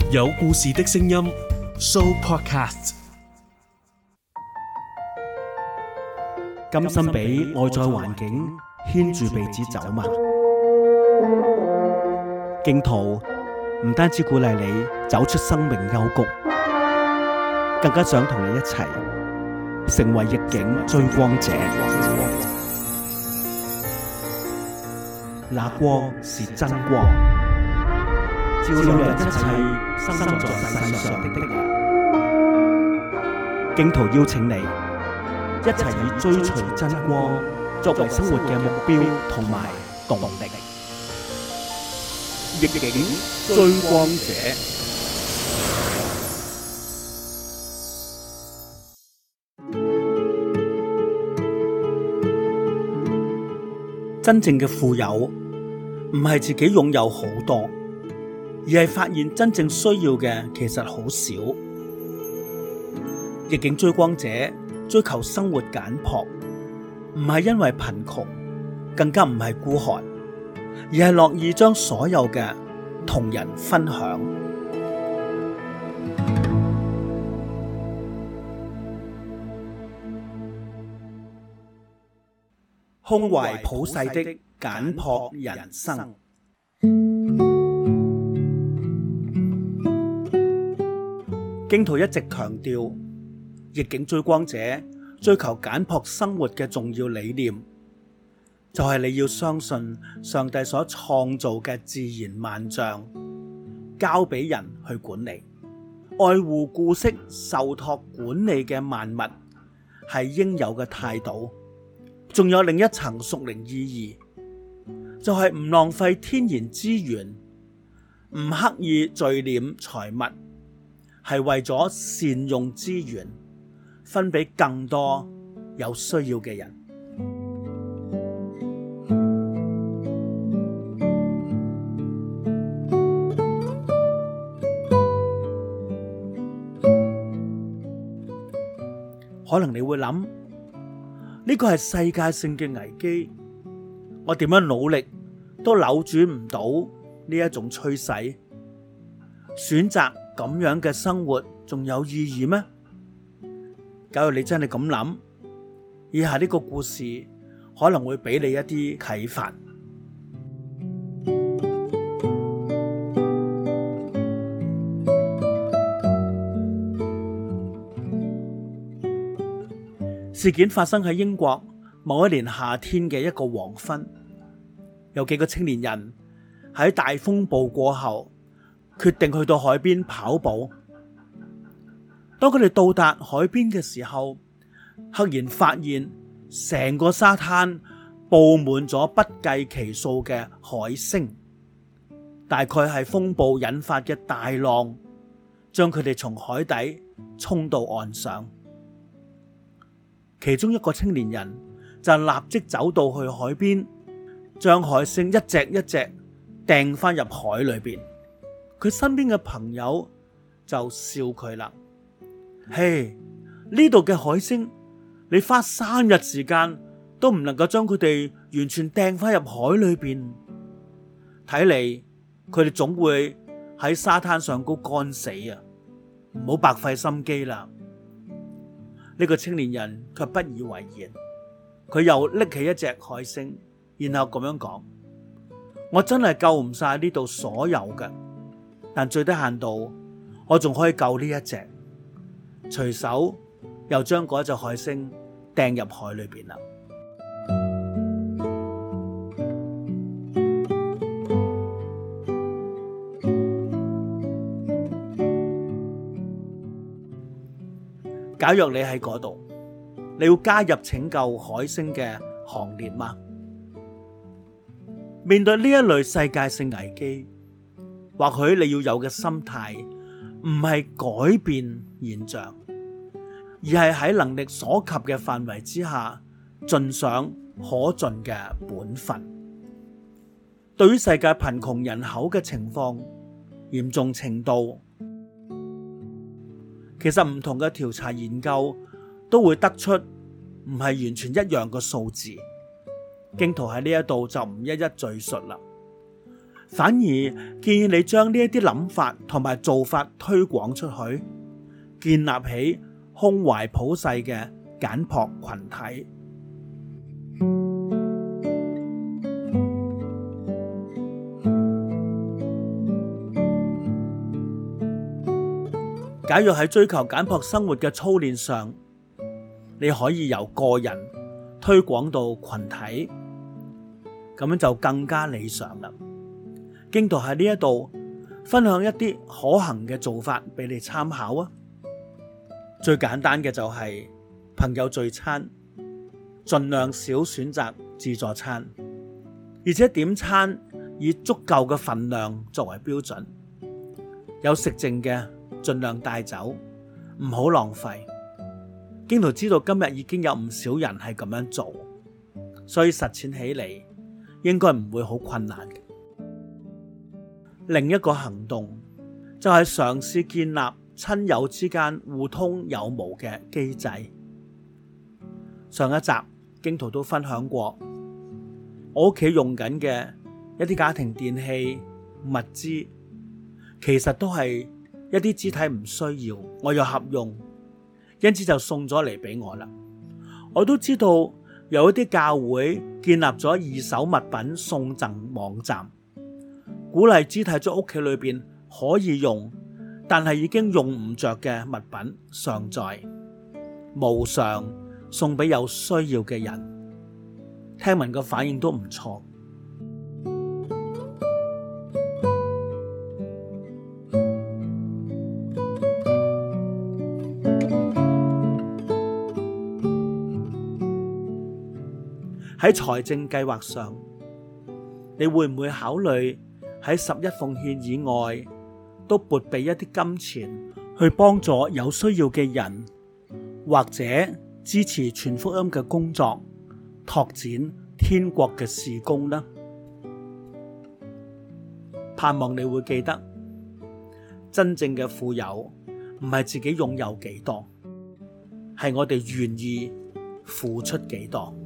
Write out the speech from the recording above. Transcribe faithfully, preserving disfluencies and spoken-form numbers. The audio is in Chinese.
有故事的聲音 Show Podcast。 甘心俾外在環境牽住鼻子走嘛？荊徒唔單止鼓勵你走出生命幽谷，更加想同你一齊成為逆境追光者。那光是真光，照亮一切生在世上的的人。荊徒邀請你一齊以追隨真光作為生活嘅目標同埋動力。逆境追光者，真正嘅富有唔係自己擁有好多，而係發現真正需要嘅其實好少。逆境追光者追求生活簡樸，唔係因為貧窮，更加唔係孤寒，而係樂意將所有嘅同人分享。胸懷普世的簡樸人生。荊徒一直強調，逆境追光者追求簡樸生活嘅重要理念，就係你要相信上帝所創造嘅自然萬象，交俾人去管理，愛護顧惜受託管理嘅萬物係應有嘅態度。仲有另一層屬靈意義，就係唔浪費天然資源，唔刻意聚斂財物，係為咗善用資源，分俾更多有需要嘅人。可能你會諗，呢個係世界性嘅危機，我點樣努力都扭轉唔到呢一種趨勢。選擇咁樣嘅生活仲有意義咩？假如你真係咁諗，以下呢個故事可能會俾你一啲啟發。事件發生喺英國某一年夏天嘅一個黃昏，有幾個青年人喺大風暴過後，決定去到海邊跑步。當佢哋到達海邊嘅時候，赫然發現成個沙灘布滿咗不計其數嘅海星，大概係風暴引發嘅大浪，將佢哋從海底沖到岸上。其中一個青年人就立即走到去海邊，將海星一隻一隻掟翻入海裏邊。佢身邊嘅朋友就笑佢啦。嘿，呢度嘅海星，你花三日時間都唔能夠將佢哋完全掟翻入海裏邊，睇嚟佢哋總會喺沙灘上高乾死啊！唔好白費心機啦。呢個青年人卻不以為然，佢又拎起一隻海星，然後咁樣講：我真係救唔晒呢度所有嘅，但最低限度我仲可以救呢一隻。隨手又將嗰隻海星掟入海裏邊啦。假若你喺嗰度，你要加入拯救海星嘅行列嗎？面對呢一類世界性危機，或許你要有嘅心態唔係改變現象，而係喺能力所及嘅範圍之下，盡上可盡嘅本分。對於世界貧窮人口嘅情況嚴重程度，其實唔同嘅調查研究都會得出唔係完全一樣嘅數字，荊徒喺呢一度就唔一一贅述啦。 反而建議你將呢一啲諗法同埋做法推廣出去，建立起胸懷普世嘅簡樸群體。假如喺追求簡樸生活嘅操練上，你可以由個人推廣到群體，咁樣就更加理想啦。荊徒喺呢一度分享一啲可行嘅做法俾你參考啊。最簡單嘅就係朋友聚餐，盡量少選擇自助餐，而且點餐以足夠嘅份量作為標準，有食剩嘅盡量帶走，唔好浪費。荊徒知道今日已經有唔少人係咁樣做，所以實踐起嚟應該唔會好困難嘅。另一個行動就係嘗試建立親友之間互通有無嘅機制。上一集荊徒都分享過，我屋企用緊嘅一啲家庭電器物資，其實都係一啲肢體唔需要，我有合用，因此就送咗嚟俾我啦。我都知道有一啲教會建立咗二手物品送贈網站，鼓勵肢體喺屋企裏邊可以用，但係已經用唔着嘅物品上載，無償送俾有需要嘅人。聽聞個反應都唔錯。喺財政計劃上，你會唔會考慮喺十一奉獻以外，都撥備一啲金錢去幫助有需要嘅人，或者支持傳福音嘅工作，拓展天國嘅事工呢？盼望你會記得，真正嘅富有唔係自己擁有幾多，係我哋願意付出幾多。